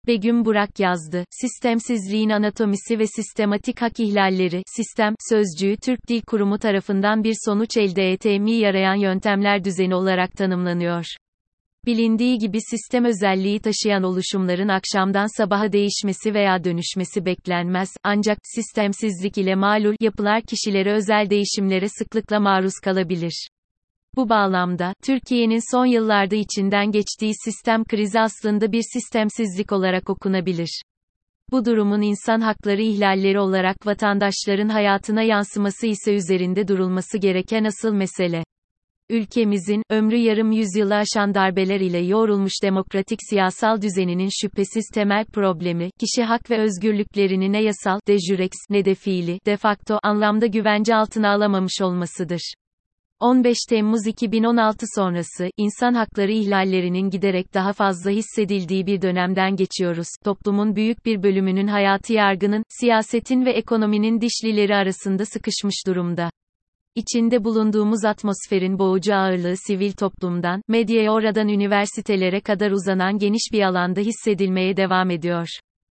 Begüm Burak yazdı. Sistemsizliğin anatomisi ve sistematik hak ihlalleri, sistem, sözcüğü Türk Dil Kurumu tarafından bir sonuç elde etmeye yarayan yöntemler düzeni olarak tanımlanıyor. Bilindiği gibi sistem özelliği taşıyan oluşumların akşamdan sabaha değişmesi veya dönüşmesi beklenmez, ancak, sistemsizlik ile malul yapılar kişilere özel değişimlere sıklıkla maruz kalabilir. Bu bağlamda, Türkiye'nin son yıllarda içinden geçtiği sistem krizi aslında bir sistemsizlik olarak okunabilir. Bu durumun insan hakları ihlalleri olarak vatandaşların hayatına yansıması ise üzerinde durulması gereken asıl mesele. Ülkemizin, ömrü yarım yüzyılı aşan darbeler ile yoğrulmuş demokratik siyasal düzeninin şüphesiz temel problemi, kişi hak ve özgürlüklerini ne yasal, de jure, ne de fiili, de facto anlamda güvence altına alamamış olmasıdır. 15 Temmuz 2016 sonrası, insan hakları ihlallerinin giderek daha fazla hissedildiği bir dönemden geçiyoruz. Toplumun büyük bir bölümünün hayatı yargının, siyasetin ve ekonominin dişlileri arasında sıkışmış durumda. İçinde bulunduğumuz atmosferin boğucu ağırlığı sivil toplumdan, medyaya oradan üniversitelere kadar uzanan geniş bir alanda hissedilmeye devam ediyor.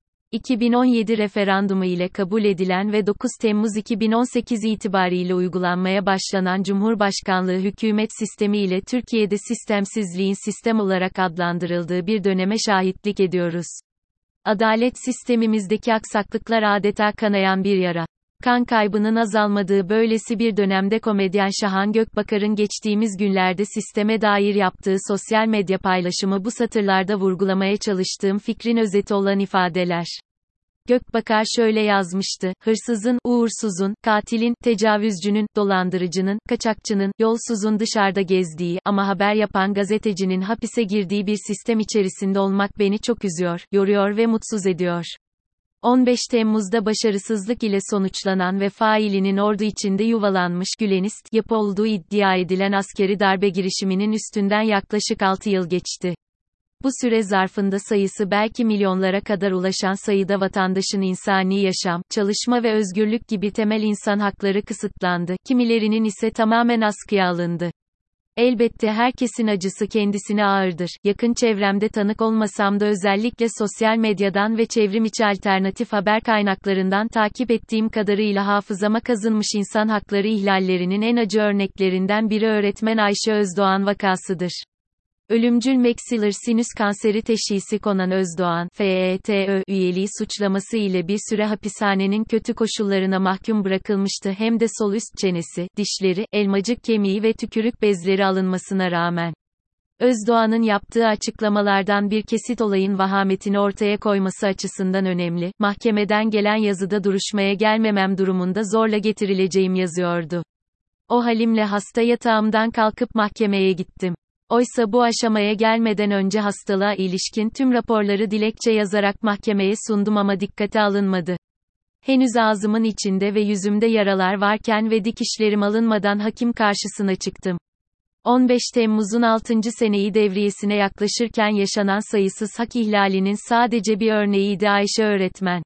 2017 referandumu ile kabul edilen ve 9 Temmuz 2018 itibariyle uygulanmaya başlanan Cumhurbaşkanlığı hükümet sistemi ile Türkiye'de sistemsizliğin sistem olarak adlandırıldığı bir döneme şahitlik ediyoruz. Adalet sistemimizdeki aksaklıklar adeta kanayan bir yara. Kan kaybının azalmadığı böylesi bir dönemde komedyen Şahan Gökbakar'ın geçtiğimiz günlerde sisteme dair yaptığı sosyal medya paylaşımı bu satırlarda vurgulamaya çalıştığım fikrin özeti olan ifadeler. Gökbakar şöyle yazmıştı: hırsızın, uğursuzun, katilin, tecavüzcünün, dolandırıcının, kaçakçının, yolsuzun dışarıda gezdiği ama haber yapan gazetecinin hapise girdiği bir sistem içerisinde olmak beni çok üzüyor, yoruyor ve mutsuz ediyor. 15 Temmuz'da başarısızlık ile sonuçlanan ve failinin ordu içinde yuvalanmış Gülenist yapı olduğu iddia edilen askeri darbe girişiminin üstünden yaklaşık 6 yıl geçti. Bu süre zarfında sayısı belki milyonlara kadar ulaşan sayıda vatandaşın insani yaşam, çalışma ve özgürlük gibi temel insan hakları kısıtlandı, kimilerinin ise tamamen askıya alındı. Elbette herkesin acısı kendisine ağırdır. Yakın çevremde tanık olmasam da özellikle sosyal medyadan ve çevrimiçi alternatif haber kaynaklarından takip ettiğim kadarıyla hafızama kazınmış insan hakları ihlallerinin en acı örneklerinden biri öğretmen Ayşe Özdoğan vakasıdır. Ölümcül maxiller sinüs kanseri teşhisi konan Özdoğan, FETÖ üyeliği suçlaması ile bir süre hapishanenin kötü koşullarına mahkum bırakılmıştı. Hem de sol üst çenesi, dişleri, elmacık kemiği ve tükürük bezleri alınmasına rağmen. Özdoğan'ın yaptığı açıklamalardan bir kesit olayın vahametini ortaya koyması açısından önemli. Mahkemeden gelen yazıda duruşmaya gelmemem durumunda zorla getirileceğim yazıyordu. O halimle hasta yatağımdan kalkıp mahkemeye gittim. Oysa bu aşamaya gelmeden önce hastalığa ilişkin tüm raporları dilekçe yazarak mahkemeye sundum ama dikkate alınmadı. Henüz ağzımın içinde ve yüzümde yaralar varken ve dikişlerim alınmadan hakim karşısına çıktım. 15 Temmuz'un 6. seneyi devriyesine yaklaşırken yaşanan sayısız hak ihlalinin sadece bir örneğiydi Ayşe öğretmen.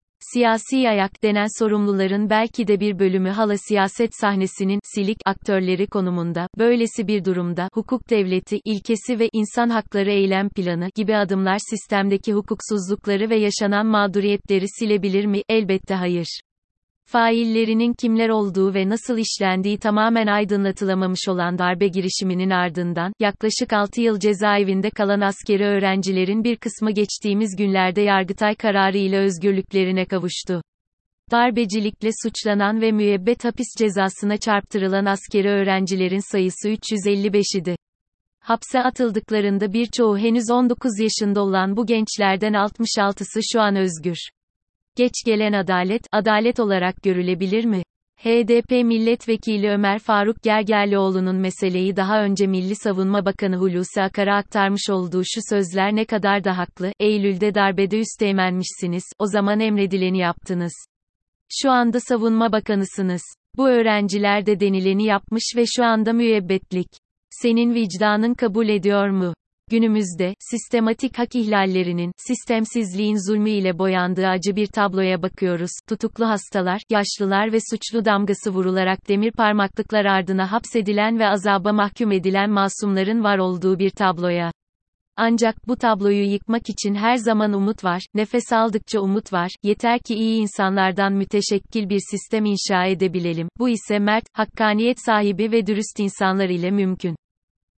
Siyasi ayak denen sorumluların belki de bir bölümü hala siyaset sahnesinin silik aktörleri konumunda. Böylesi bir durumda hukuk devleti ilkesi ve insan hakları eylem planı gibi adımlar sistemdeki hukuksuzlukları ve yaşanan mağduriyetleri silebilir mi? Elbette hayır. Faillerinin kimler olduğu ve nasıl işlendiği tamamen aydınlatılamamış olan darbe girişiminin ardından, yaklaşık 6 yıl cezaevinde kalan askeri öğrencilerin bir kısmı geçtiğimiz günlerde Yargıtay kararı ile özgürlüklerine kavuştu. Darbecilikle suçlanan ve müebbet hapis cezasına çarptırılan askeri öğrencilerin sayısı 355 idi. Hapse atıldıklarında birçoğu henüz 19 yaşında olan bu gençlerden 66'sı şu an özgür. Geç gelen adalet, adalet olarak görülebilir mi? HDP Milletvekili Ömer Faruk Gergerlioğlu'nun meseleyi daha önce Milli Savunma Bakanı Hulusi Akar'a aktarmış olduğu şu sözler ne kadar da haklı: Eylül'de darbede üsteğmenmişsiniz, o zaman emredileni yaptınız. Şu anda Savunma Bakanısınız. Bu öğrenciler de denileni yapmış ve şu anda müebbetlik. Senin vicdanın kabul ediyor mu? Günümüzde, sistematik hak ihlallerinin, sistemsizliğin zulmü ile boyandığı acı bir tabloya bakıyoruz. Tutuklu hastalar, yaşlılar ve suçlu damgası vurularak demir parmaklıklar ardına hapsedilen ve azaba mahkum edilen masumların var olduğu bir tabloya. Ancak bu tabloyu yıkmak için her zaman umut var, nefes aldıkça umut var, yeter ki iyi insanlardan müteşekkil bir sistem inşa edebilelim, bu ise mert, hakkaniyet sahibi ve dürüst insanlar ile mümkün.